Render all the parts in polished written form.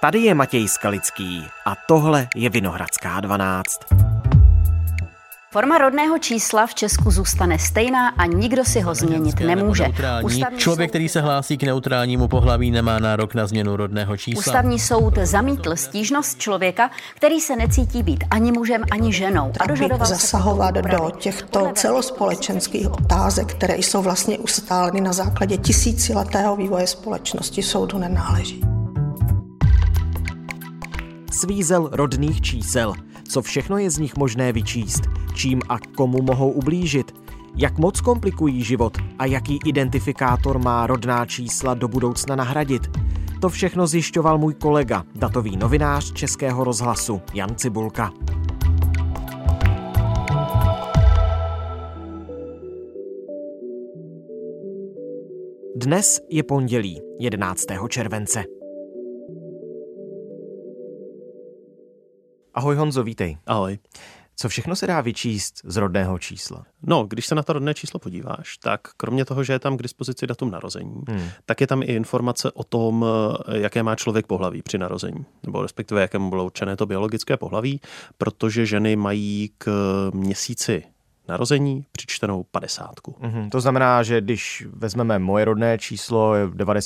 Tady je Matěj Skalický a tohle je Vinohradská 12. Forma rodného čísla v Česku zůstane stejná a nikdo si ho změnit nemůže. Člověk, který se hlásí k neutrálnímu pohlaví, nemá nárok na změnu rodného čísla. Ústavní soud zamítl stížnost člověka, který se necítí být ani mužem, ani ženou. A dožadoval zasahovat do těchto celospolečenských otázek, které jsou vlastně ustáleny na základě tisíciletého vývoje společnosti, soudu nenáleží. Svízel rodných čísel. Co všechno je z nich možné vyčíst? Čím a komu mohou ublížit? Jak moc komplikují život a jaký identifikátor má rodná čísla do budoucna nahradit? To všechno zjišťoval můj kolega, datový novinář Českého rozhlasu Jan Cibulka. Dnes je pondělí, 11. července. Ahoj Honzo, vítej. Ahoj. Co všechno se dá vyčíst z rodného čísla? No, když se na to rodné číslo podíváš, tak kromě toho, že je tam k dispozici datum narození, tak je tam i informace o tom, jaké má člověk pohlaví při narození, nebo respektive jakému bylo určené to biologické pohlaví, protože ženy mají k měsíci narození přičtenou 50. To znamená, že když vezmeme moje rodné číslo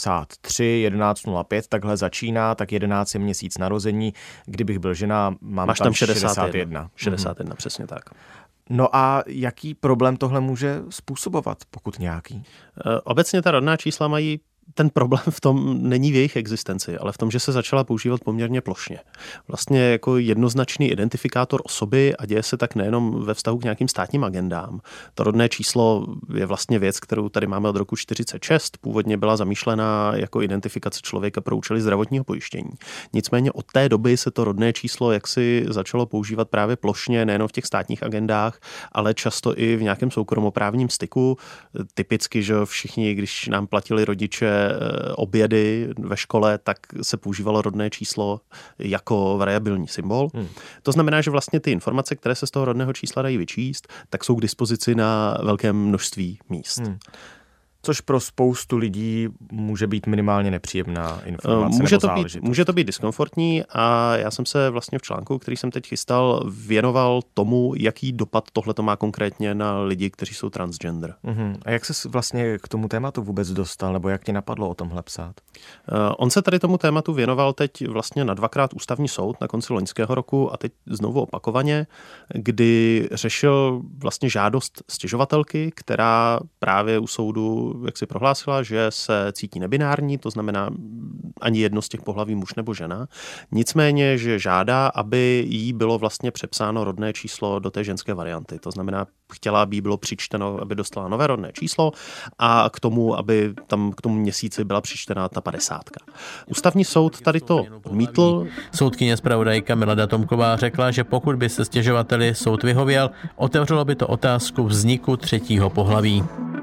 93, 11.05, takhle začíná, tak 11 je měsíc narození. Kdybych byl žena, máš tam 61. 61, přesně tak. No a jaký problém tohle může způsobovat, pokud nějaký? Obecně ta rodná čísla mají ten problém v tom není v jejich existenci, ale v tom, že se začala používat poměrně plošně. Vlastně jako jednoznačný identifikátor osoby a děje se tak nejenom ve vztahu k nějakým státním agendám. To rodné číslo je vlastně věc, kterou tady máme od roku 1946. Původně byla zamýšlená jako identifikace člověka pro účely zdravotního pojištění. Nicméně od té doby se to rodné číslo jaksi začalo používat právě plošně, nejenom v těch státních agendách, ale často i v nějakém soukromoprávním styku. Typicky, že všichni, když nám platili rodiče obědy ve škole, tak se používalo rodné číslo jako variabilní symbol. To znamená, že vlastně ty informace, které se z toho rodného čísla dají vyčíst, tak jsou k dispozici na velkém množství míst. Což pro spoustu lidí může být minimálně nepříjemná informace nebo záležitost. Může to být diskomfortní a já jsem se vlastně v článku, který jsem teď chystal, věnoval tomu, jaký dopad tohleto má konkrétně na lidi, kteří jsou transgender. A jak ses vlastně k tomu tématu vůbec dostal, nebo jak tě napadlo o tomhle psát? On se tady tomu tématu věnoval teď vlastně na 2krát ústavní soud na konci loňského roku a teď znovu opakovaně, kdy řešil vlastně žádost stěžovatelky, která právě u soudu jak si prohlásila, že se cítí nebinární, to znamená ani jedno z těch pohlaví muž nebo žena. Nicméně, že žádá, aby jí bylo vlastně přepsáno rodné číslo do té ženské varianty. To znamená, chtěla, aby jí bylo přičteno, aby dostala nové rodné číslo a k tomu, aby tam k tomu měsíci byla přičtená ta 50. Ústavní soud tady to odmítl. Soudkyně zpravodajka Milada Tomková řekla, že pokud by se stěžovateli soud vyhověl, otevřelo by to otázku vzniku třetího pohlaví.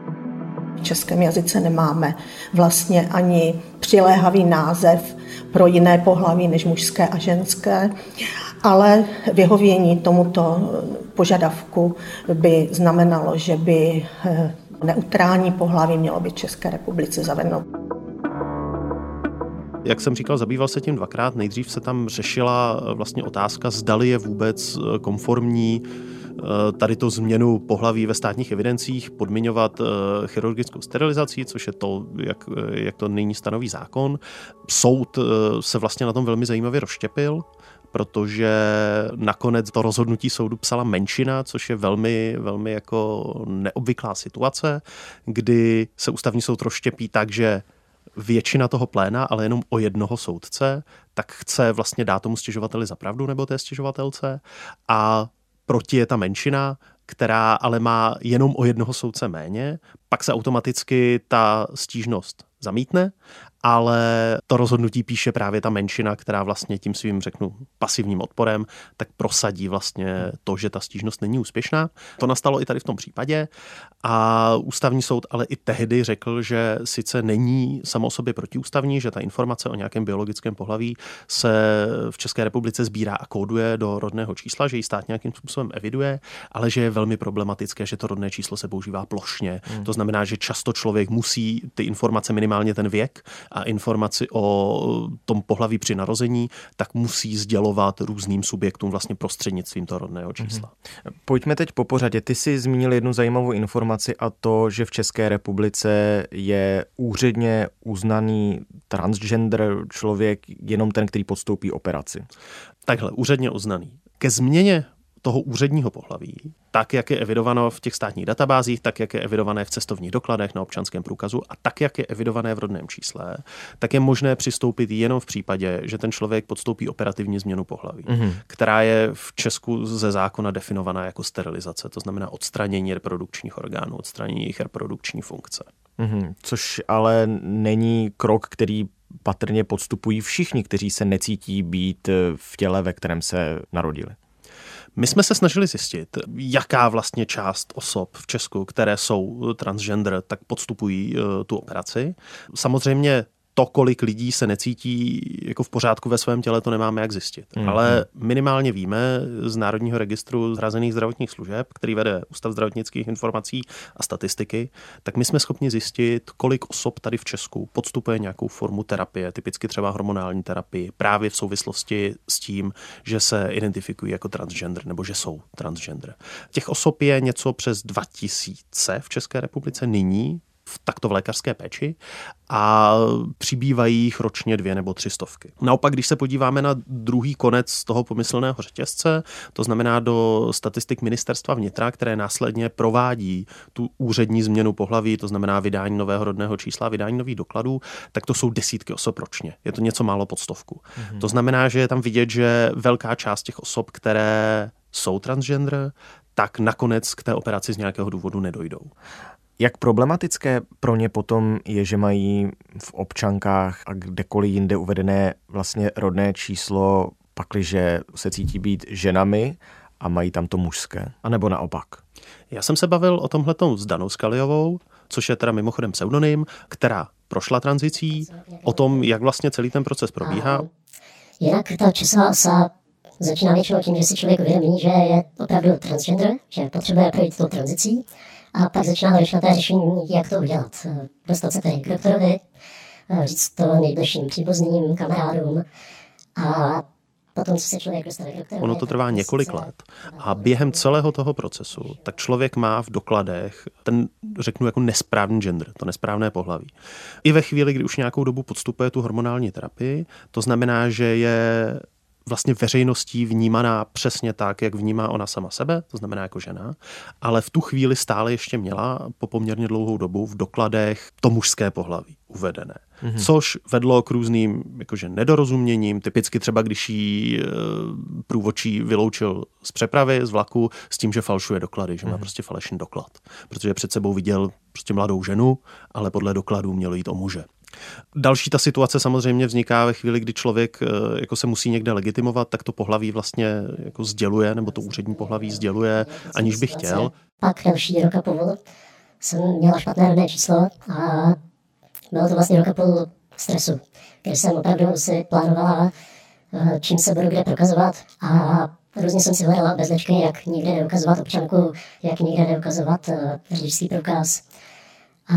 V českém jazyce nemáme vlastně ani přiléhavý název pro jiné pohlaví než mužské a ženské, ale vyhovění tomuto požadavku by znamenalo, že by neutrální pohlaví mělo být v České republice zavedeno. Jak jsem říkal, zabýval se tím 2krát. Nejdřív se tam řešila vlastně otázka, zdali je vůbec konformní tady to změnu pohlaví ve státních evidencích podmiňovat chirurgickou sterilizací, což je to, jak to nyní stanoví zákon. Soud se vlastně na tom velmi zajímavě rozštěpil, protože nakonec to rozhodnutí soudu psala menšina, což je velmi, velmi jako neobvyklá situace, kdy se ústavní soud rozštěpí tak, že většina toho pléna, ale jenom o jednoho soudce, tak chce vlastně dát tomu stěžovateli za pravdu nebo té stěžovatelce a proti je ta menšina, která ale má jenom o jednoho soudce méně, pak se automaticky ta stížnost zamítne, ale to rozhodnutí píše právě ta menšina, která vlastně tím svým, řeknu, pasivním odporem, tak prosadí vlastně to, že ta stížnost není úspěšná. To nastalo i tady v tom případě a ústavní soud ale i tehdy řekl, že sice není samo o sobě protiústavní, že ta informace o nějakém biologickém pohlaví se v České republice sbírá a kóduje do rodného čísla, že ji stát nějakým způsobem eviduje, ale že je velmi problematické, že to rodné číslo se používá plošně. To znamená, že často člověk musí ty informace, minimálně ten věk a informaci o tom pohlaví při narození, tak musí sdělovat různým subjektům vlastně prostřednictvím toho rodného čísla. Pojďme teď po pořadě. Ty jsi zmínil jednu zajímavou informaci a to, že v České republice je úředně uznaný transgender člověk jenom ten, který podstoupí operaci. Takhle, úředně uznaný. Ke změně toho úředního pohlaví, tak, jak je evidováno v těch státních databázích, tak, jak je evidované v cestovních dokladech, na občanském průkazu a tak, jak je evidované v rodném čísle, tak je možné přistoupit jenom v případě, že ten člověk podstoupí operativní změnu pohlaví, která je v Česku ze zákona definovaná jako sterilizace, to znamená odstranění reprodukčních orgánů, odstranění jejich reprodukční funkce. Což ale není krok, který patrně podstupují všichni, kteří se necítí být v těle, ve kterém se narodili. My jsme se snažili zjistit, jaká vlastně část osob v Česku, které jsou transgender, tak podstupují tu operaci. Samozřejmě to, kolik lidí se necítí jako v pořádku ve svém těle, to nemáme jak zjistit. Ale minimálně víme z Národního registru hrazených zdravotních služeb, který vede Ústav zdravotnických informací a statistiky, tak my jsme schopni zjistit, kolik osob tady v Česku podstupuje nějakou formu terapie, typicky třeba hormonální terapii, právě v souvislosti s tím, že se identifikují jako transgender nebo že jsou transgender. Těch osob je něco přes 2000 v České republice nyní, v lékařské péči a přibývají jich ročně 2 nebo 300. Naopak, když se podíváme na druhý konec toho pomyslného řetězce, to znamená do statistik Ministerstva vnitra, které následně provádí tu úřední změnu pohlaví, to znamená vydání nového rodného čísla, vydání nových dokladů, tak to jsou desítky osob ročně. Je to něco málo pod 100. To znamená, že je tam vidět, že velká část těch osob, které jsou transgender, tak nakonec k té operaci z nějakého důvodu nedojdou. Jak problematické pro ně potom je, že mají v občankách a kdekoliv jinde uvedené vlastně rodné číslo, pakliže se cítí být ženami a mají tam to mužské, anebo naopak? Já jsem se bavil o tomhletom s Danou Skaliovou, což je teda mimochodem pseudonym, která prošla tranzicí, o tom, jak vlastně celý ten proces probíhá. Jinak ta časová osa začíná většinou tím, že si člověk uvědomí, že je opravdu transgender, že potřebuje projít tou tranzicí. A pak začíná hledat řešení, jak to udělat. Dostat se tady k doktorovi, říct to nejbližším příbuzným, kamarádům a potom, co se člověk dostane k doktorovi... Ono to trvá několik let a během celého toho procesu tak člověk má v dokladech ten, řeknu, jako nesprávný gender, to nesprávné pohlaví. I ve chvíli, kdy už nějakou dobu podstupuje tu hormonální terapii, to znamená, že je vlastně veřejností vnímaná přesně tak, jak vnímá ona sama sebe, to znamená jako žena, ale v tu chvíli stále ještě měla po poměrně dlouhou dobu v dokladech to mužské pohlaví uvedené. Což vedlo k různým jakože nedorozuměním, typicky třeba když jí průvodčí vyloučil z přepravy, z vlaku, s tím, že falšuje doklady, že má prostě falešný doklad. Protože před sebou viděl prostě mladou ženu, ale podle dokladů mělo jít o muže. Další ta situace samozřejmě vzniká ve chvíli, kdy člověk jako se musí někde legitimovat, tak to pohlaví vlastně jako sděluje, nebo to úřední pohlaví sděluje, aniž by chtěl. Pak další rok a půl jsem měla špatné rodné číslo a bylo to vlastně rok a půl stresu, kdy jsem opravdu si plánovala, čím se budu kde prokazovat a různě jsem si hledala bezlečky, jak nikde neukazovat občanku, jak nikde neukazovat řidičský průkaz. A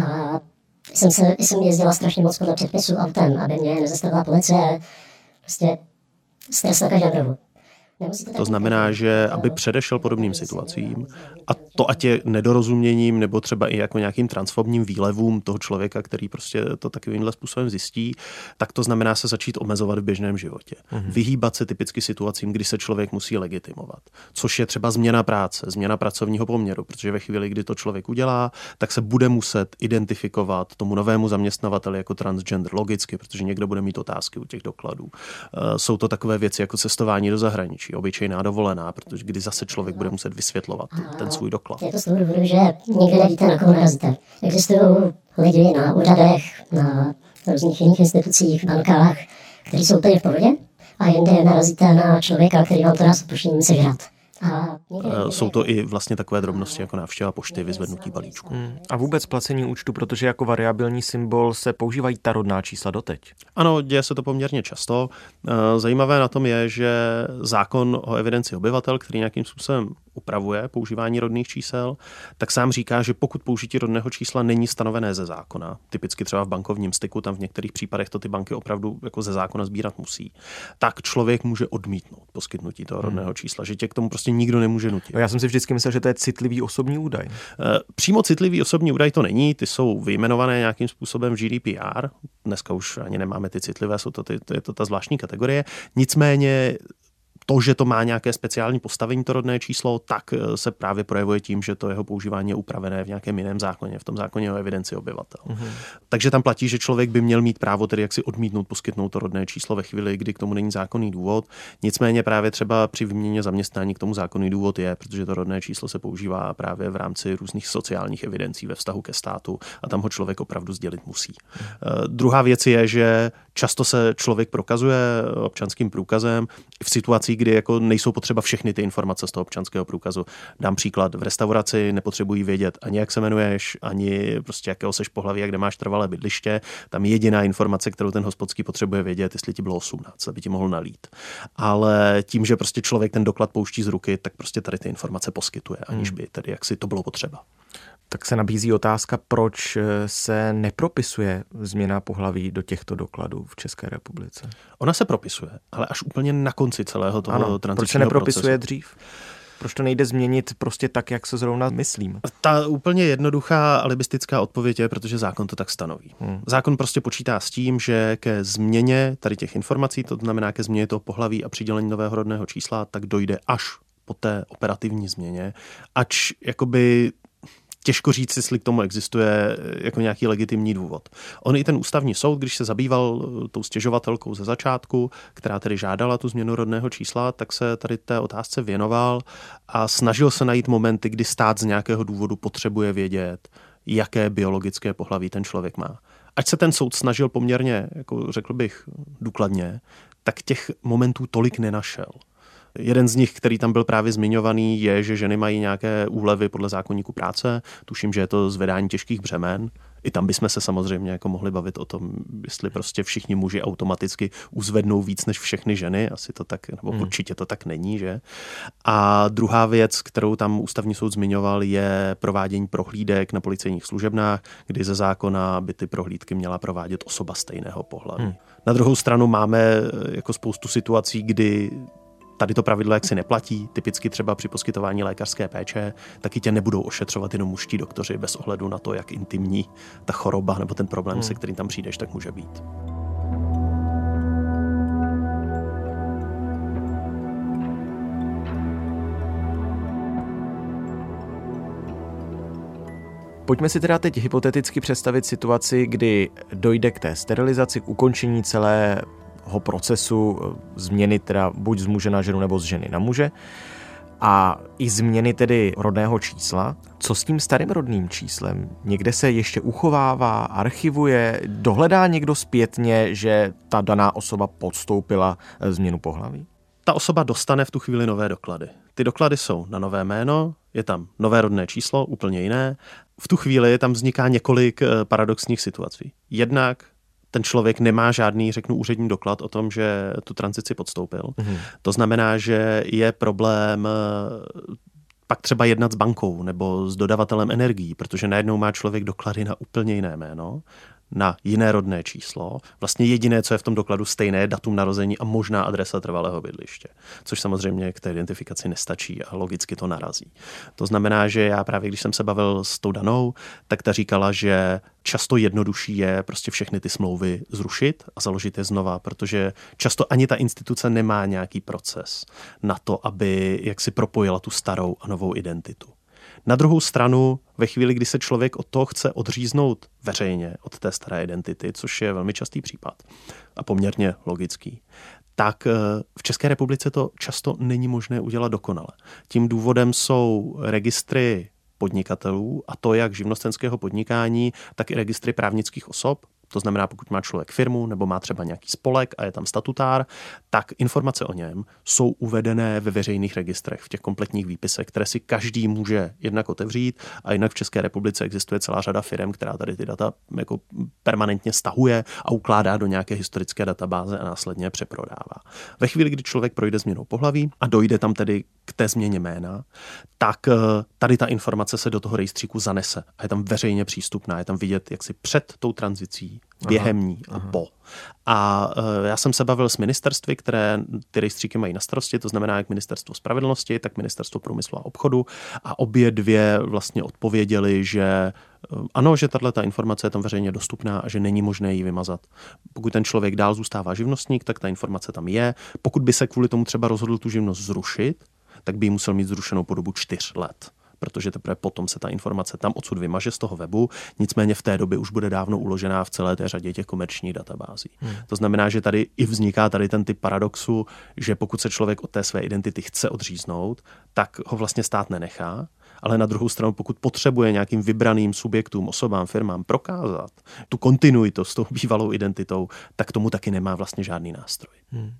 jsem jezdila strašně moc podle předpisů autem, aby mě nezastavila policie. Prostě stres na každém rohu. To znamená, že aby předešel podobným situacím, a to ať je nedorozuměním nebo třeba i jako nějakým transfobním výlevům toho člověka, který prostě to takovýmhle způsobem zjistí, tak to znamená se začít omezovat v běžném životě. Vyhýbat se typicky situacím, kdy se člověk musí legitimovat. Což je třeba změna práce, změna pracovního poměru, protože ve chvíli, kdy to člověk udělá, tak se bude muset identifikovat tomu novému zaměstnavateli jako transgender logicky, protože někdo bude mít otázky u těch dokladů. Jsou to takové věci jako cestování do zahraničí, obyčejná dovolená, protože kdy zase člověk bude muset vysvětlovat ten svůj doklad. Je to z toho důvodu, že nikdy nevíte, na koho narazíte. Existují lidi na úřadech, na různých jiných institucích, bankách, kteří jsou tady v pohodě a jinde narazíte na člověka, který vám to dá s odpuštěním sežrat. Jsou to i vlastně takové drobnosti jako návštěva pošty, vyzvednutí balíčku. A vůbec placení účtu, protože jako variabilní symbol se používají ta rodná čísla doteď. Ano, děje se to poměrně často. Zajímavé na tom je, že zákon o evidenci obyvatel, který nějakým způsobem upravuje používání rodných čísel, tak sám říká, že pokud použití rodného čísla není stanovené ze zákona, typicky třeba v bankovním styku, tam v některých případech to ty banky opravdu jako ze zákona sbírat musí, tak člověk může odmítnout poskytnutí toho rodného čísla, že tě k tomu prostě nikdo nemůže nutit. Já jsem si vždycky myslel, že to je citlivý osobní údaj. Přímo citlivý osobní údaj to není, ty jsou vyjmenované nějakým způsobem v GDPR. Dneska už ani nemáme ty citlivé, je to ta zvláštní kategorie. Nicméně to, že to má nějaké speciální postavení, to rodné číslo, tak se právě projevuje tím, že to jeho používání je upravené v nějakém jiném zákoně, v tom zákoně o evidenci obyvatel. Takže tam platí, že člověk by měl mít právo tedy jaksi odmítnout poskytnout to rodné číslo ve chvíli, kdy k tomu není zákonný důvod. Nicméně právě třeba při výměně zaměstnání k tomu zákonný důvod je, protože to rodné číslo se používá právě v rámci různých sociálních evidencí ve vztahu ke státu a tam ho člověk opravdu sdělit musí. Druhá věc je, že často se člověk prokazuje občanským průkazem v situaci, kdy jako nejsou potřeba všechny ty informace z toho občanského průkazu. Dám příklad, v restauraci nepotřebují vědět ani jak se jmenuješ, ani prostě jakého seš pohlaví, a kde máš trvalé bydliště. Tam jediná informace, kterou ten hospodský potřebuje vědět, jestli ti bylo 18, aby ti mohl nalít. Ale tím, že prostě člověk ten doklad pouští z ruky, tak prostě tady ty informace poskytuje, aniž by tedy jaksi to bylo potřeba. Tak se nabízí otázka, proč se nepropisuje změna pohlaví do těchto dokladů v České republice. Ona se propisuje, ale až úplně na konci celého toho tranzičního proč se nepropisuje procesu. Dřív? Proč to nejde změnit prostě tak, jak se zrovna myslím? Ta úplně jednoduchá alibistická odpověď je, protože zákon to tak stanoví. Zákon prostě počítá s tím, že ke změně tady těch informací, to znamená ke změně toho pohlaví a přidělení nového rodného čísla, tak dojde až po té operativní změně, ač jakoby těžko říct, jestli k tomu existuje jako nějaký legitimní důvod. On i ten ústavní soud, když se zabýval tou stěžovatelkou ze začátku, která tedy žádala tu změnu rodného čísla, tak se tady té otázce věnoval a snažil se najít momenty, kdy stát z nějakého důvodu potřebuje vědět, jaké biologické pohlaví ten člověk má. Ať se ten soud snažil poměrně, jako řekl bych, důkladně, tak těch momentů tolik nenašel. Jeden z nich, který tam byl právě zmiňovaný, je, že ženy mají nějaké úlevy podle zákoníku práce. Tuším, že je to zvedání těžkých břemen. I tam bychom se samozřejmě jako mohli bavit o tom, jestli prostě všichni muži automaticky uzvednou víc než všechny ženy. Asi to tak, nebo určitě to tak není, že? A druhá věc, kterou tam ústavní soud zmiňoval, je provádění prohlídek na policejních služebnách, kdy ze zákona by ty prohlídky měla provádět osoba stejného pohlaví. Na druhou stranu máme jako spoustu situací, kdy tady to pravidlo jaksi neplatí, typicky třeba při poskytování lékařské péče, taky tě nebudou ošetřovat jenom mužští doktoři bez ohledu na to, jak intimní ta choroba nebo ten problém, se kterým tam přijdeš, tak může být. Pojďme si teda teď hypoteticky představit situaci, kdy dojde k té sterilizaci, k ukončení celého procesu změny teda buď z muže na ženu nebo z ženy na muže a i změny tedy rodného čísla. Co s tím starým rodným číslem? Někde se ještě uchovává, archivuje, dohledá někdo zpětně, že ta daná osoba podstoupila změnu pohlaví? Ta osoba dostane v tu chvíli nové doklady. Ty doklady jsou na nové jméno, je tam nové rodné číslo, úplně jiné. V tu chvíli tam vzniká několik paradoxních situací. Jednak ten člověk nemá žádný, řeknu, úřední doklad o tom, že tu tranzici podstoupil. To znamená, že je problém pak třeba jednat s bankou nebo s dodavatelem energií, protože najednou má člověk doklady na úplně jiné jméno, na jiné rodné číslo. Vlastně jediné, co je v tom dokladu stejné, je datum narození a možná adresa trvalého bydliště, což samozřejmě k té identifikaci nestačí a logicky to narazí. To znamená, že já právě, když jsem se bavil s tou danou, tak ta říkala, že často jednodušší je prostě všechny ty smlouvy zrušit a založit je znova, protože často ani ta instituce nemá nějaký proces na to, aby jaksi propojila tu starou a novou identitu. Na druhou stranu, ve chvíli, kdy se člověk od toho chce odříznout veřejně od té staré identity, což je velmi častý případ a poměrně logický, tak v České republice to často není možné udělat dokonale. Tím důvodem jsou registry podnikatelů, a to jak živnostenského podnikání, tak i registry právnických osob, To znamená, pokud má člověk firmu nebo má třeba nějaký spolek a je tam statutár, tak informace o něm jsou uvedené ve veřejných registrech, v těch kompletních výpisech, které si každý může jednak otevřít a jednak v České republice existuje celá řada firem, která tady ty data jako permanentně stahuje a ukládá do nějaké historické databáze a následně je přeprodává. Ve chvíli, kdy člověk projde změnou pohlaví a dojde tam tedy k té změně jména, tak tady ta informace se do toho rejstříku zanese a je tam veřejně přístupná, je tam vidět jaksi před tou tranzicí, během ní a po. A já jsem se bavil s ministerstvy, které ty rejstříky mají na starosti, to znamená jak Ministerstvo spravedlnosti, tak Ministerstvo průmyslu a obchodu a obě dvě vlastně odpověděly, že ano, že tato informace je tam veřejně dostupná a že není možné ji vymazat. Pokud ten člověk dál zůstává živnostník, tak ta informace tam je. Pokud by se kvůli tomu třeba rozhodl tu živnost zrušit, tak by ji musel mít zrušenou po dobu 4 let. Protože teprve potom se ta informace tam odsud vymaže z toho webu, nicméně v té době už bude dávno uložená v celé té řadě těch komerčních databází. To znamená, že tady i vzniká tady ten typ paradoxu, že pokud se člověk od té své identity chce odříznout, tak ho vlastně stát nenechá, ale na druhou stranu, pokud potřebuje nějakým vybraným subjektům, osobám, firmám prokázat tu kontinuitu s tou bývalou identitou, tak tomu taky nemá vlastně žádný nástroj.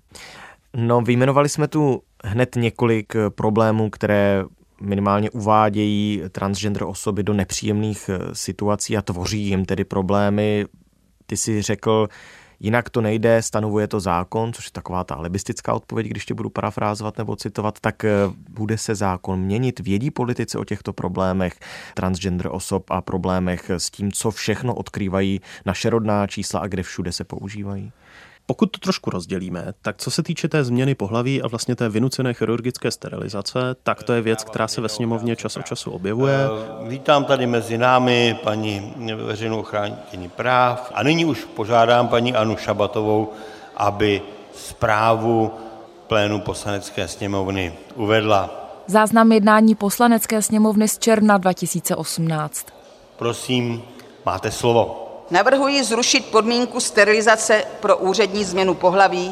No, vyjmenovali jsme tu hned několik problémů, které minimálně uvádějí transgender osoby do nepříjemných situací a tvoří jim tedy problémy. Ty si řekl, jinak to nejde, stanovuje to zákon, což je taková ta alibistická odpověď, když tě budu parafrázovat nebo citovat, tak bude se zákon měnit? Vědí politici o těchto problémech transgender osob a problémech s tím, co všechno odkrývají naše rodná čísla a kde všude se používají? Pokud to trošku rozdělíme, tak co se týče té změny pohlaví a vlastně té vynucené chirurgické sterilizace, tak to je věc, která se ve sněmovně čas od času objevuje. Vítám tady mezi námi paní veřejnou ochránkyni práv a nyní už požádám paní Annu Šabatovou, aby zprávu plénu Poslanecké sněmovny uvedla. Záznam jednání Poslanecké sněmovny z června 2018. Prosím, máte slovo. Navrhuji zrušit podmínku sterilizace pro úřední změnu pohlaví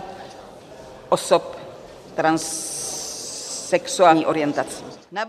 osob transsexuální orientací.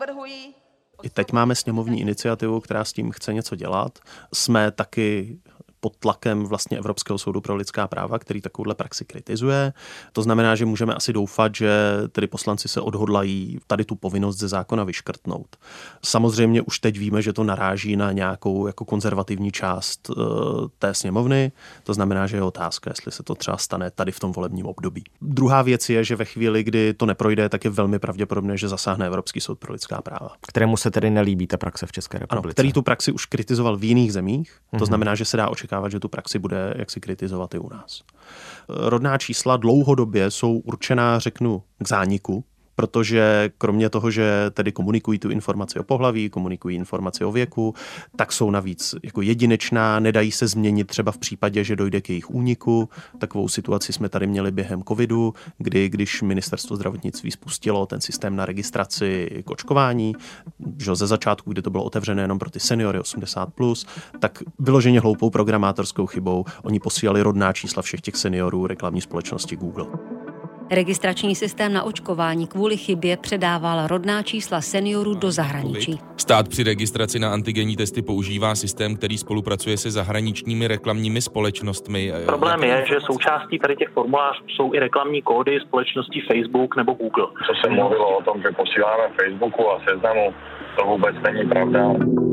I teď máme sněmovní iniciativu, která s tím chce něco dělat. Jsme taky pod tlakem vlastně Evropského soudu pro lidská práva, který takovouhle praxi kritizuje. To znamená, že můžeme asi doufat, že tedy poslanci se odhodlají tady tu povinnost ze zákona vyškrtnout. Samozřejmě už teď víme, že to naráží na nějakou jako konzervativní část té sněmovny. To znamená, že je otázka, jestli se to třeba stane tady v tom volebním období. Druhá věc je, že ve chvíli, kdy to neprojde, tak je velmi pravděpodobné, že zasáhne Evropský soud pro lidská práva. Kterému se tedy nelíbí ta praxe v České republice. Ano, který tu praxi už kritizoval v jiných zemích. To znamená, že se dá očekávat, že tu praxi bude jaksi kritizovat i u nás. Rodná čísla dlouhodobě jsou určená, řeknu, k zániku, protože kromě toho, že tedy komunikují tu informaci o pohlaví, komunikují informaci o věku, tak jsou navíc jako jedinečná, nedají se změnit třeba v případě, že dojde k jejich úniku. Takovou situaci jsme tady měli během covidu, když ministerstvo zdravotnictví spustilo ten systém na registraci k očkování, že ze začátku, kdy to bylo otevřené jenom pro ty seniory 80+, tak vyloženě hloupou programátorskou chybou oni posílali rodná čísla všech těch seniorů reklamní společnosti Google. Registrační systém na očkování kvůli chybě předával rodná čísla seniorů do zahraničí. Stát při registraci na antigenní testy používá systém, který spolupracuje se zahraničními reklamními společnostmi. Problém je, že součástí tady těch formulářů jsou i reklamní kódy společností Facebook nebo Google. Co se mluvilo o tom, že posíláme Facebooku a Seznamu, to vůbec není pravda.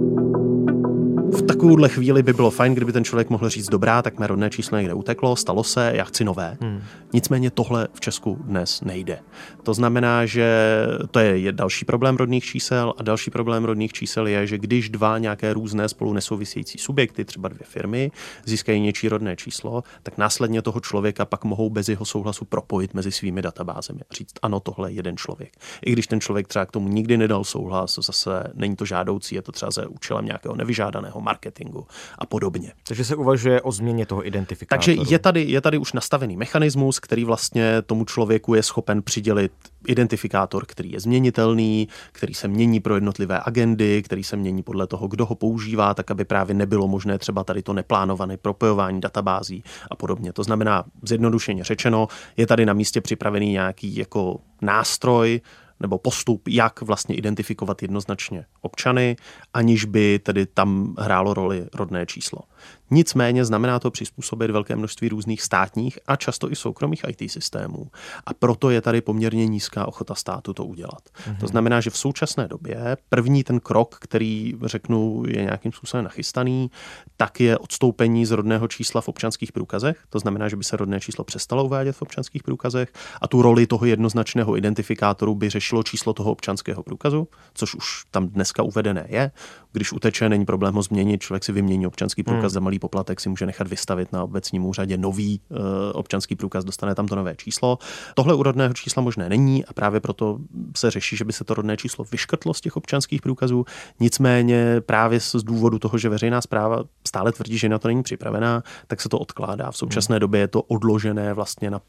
V takovouhle chvíli by bylo fajn, kdyby ten člověk mohl říct dobrá, tak mé rodné číslo někde uteklo, stalo se, já chci nové. Nicméně tohle v Česku dnes nejde. To znamená, že to je další problém rodných čísel a další problém rodných čísel je, že když dva nějaké různé spolu nesouvisející subjekty, třeba 2 firmy, získají něčí rodné číslo, tak následně toho člověka pak mohou bez jeho souhlasu propojit mezi svými databázemi a říct ano, tohle je jeden člověk. I když ten člověk třeba k tomu nikdy nedal souhlas, zase není to žádoucí, je to třeba za účelem nějakého nevyžádaného marketingu a podobně. Takže se uvažuje o změně toho identifikátoru. Takže je tady už nastavený mechanismus, který vlastně tomu člověku je schopen přidělit identifikátor, který je změnitelný, který se mění pro jednotlivé agendy, který se mění podle toho, kdo ho používá, tak aby právě nebylo možné třeba tady to neplánované propojování databází a podobně. To znamená, zjednodušeně řečeno, je tady na místě připravený nějaký jako nástroj nebo postup, jak vlastně identifikovat jednoznačně občany, aniž by tedy tam hrálo roli rodné číslo. Nicméně znamená to přizpůsobit velké množství různých státních a často i soukromých IT systémů. A proto je tady poměrně nízká ochota státu to udělat. To znamená, že v současné době první ten krok, který řeknu je nějakým způsobem nachystaný, tak je odstoupení z rodného čísla v občanských průkazech. To znamená, že by se rodné číslo přestalo uvádět v občanských průkazech a tu roli toho jednoznačného identifikátoru by řešilo číslo toho občanského průkazu, což už tam dneska uvedené je. Když uteče, není problém ho změnit, člověk si vymění občanský průkaz za malý poplatek, si může nechat vystavit na obecním úřadě nový občanský průkaz, dostane tam to nové číslo. Tohle u rodného čísla možné není a právě proto se řeší, že by se to rodné číslo vyškrtlo z těch občanských průkazů. Nicméně právě z důvodu toho, že veřejná správa stále tvrdí, že na to není připravená, tak se to odkládá. V současné době je to odložené vlastně na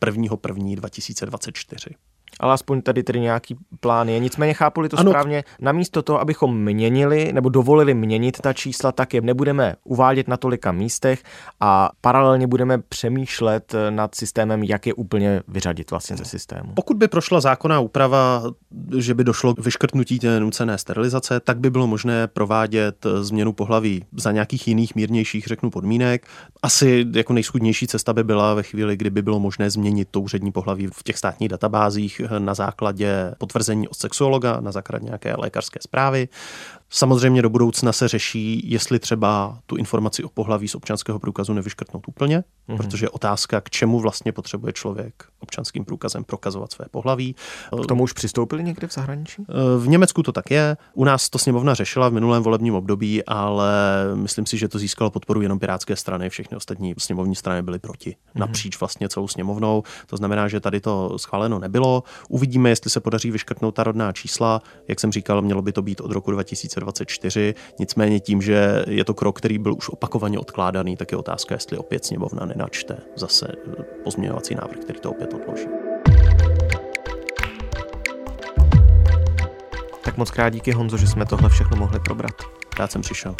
1.1.2024. Ale aspoň tady nějaký plán je. Nicméně chápu-li to správně, namísto toho, abychom měnili nebo dovolili měnit ta čísla, tak je nebudeme uvádět na tolika místech a paralelně budeme přemýšlet nad systémem, jak je úplně vyřadit vlastně ze systému. Pokud by prošla zákonná úprava, že by došlo k vyškrtnutí té nucené sterilizace, tak by bylo možné provádět změnu pohlaví za nějakých jiných mírnějších, řeknu, podmínek. Asi jako nejschudnější cesta by byla ve chvíli, kdy by bylo možné změnit to úřední pohlaví v těch státních databázích na základě potvrzení od sexuologa, na základě nějaké lékařské zprávy. Samozřejmě do budoucna se řeší, jestli třeba tu informaci o pohlaví z občanského průkazu nevyškrtnout úplně, protože je otázka, k čemu vlastně potřebuje člověk občanským průkazem prokazovat své pohlaví. K tomu už přistoupili někde v zahraničí? V Německu to tak je. U nás to sněmovna řešila v minulém volebním období, ale myslím si, že to získalo podporu jenom Pirátské strany, všechny ostatní sněmovní strany byly proti. Napříč vlastně celou sněmovnou. To znamená, že tady to schváleno nebylo. Uvidíme, jestli se podaří vyškrtnout ta rodná čísla. Jak jsem říkal, mělo by to být od roku 2024. Nicméně tím, že je to krok, který byl už opakovaně odkládaný, tak je otázka, jestli opět sněmovna nenačte zase pozměňovací návrh, který to opět odloží. Tak moc krát díky, Honzo, že jsme tohle všechno mohli probrat. Rád jsem přišel.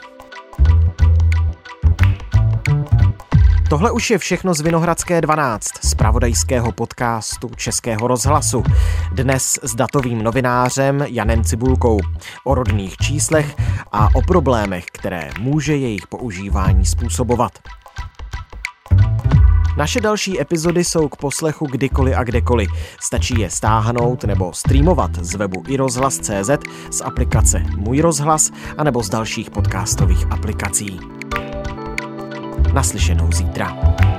Tohle už je všechno z Vinohradské 12, zpravodajského podcastu Českého rozhlasu. Dnes s datovým novinářem Janem Cibulkou. O rodných číslech a o problémech, které může jejich používání způsobovat. Naše další epizody jsou k poslechu kdykoliv a kdekoliv. Stačí je stáhnout nebo streamovat z webu iRozhlas.cz, z aplikace Můj rozhlas anebo z dalších podcastových aplikací. Naslyšenou zítra.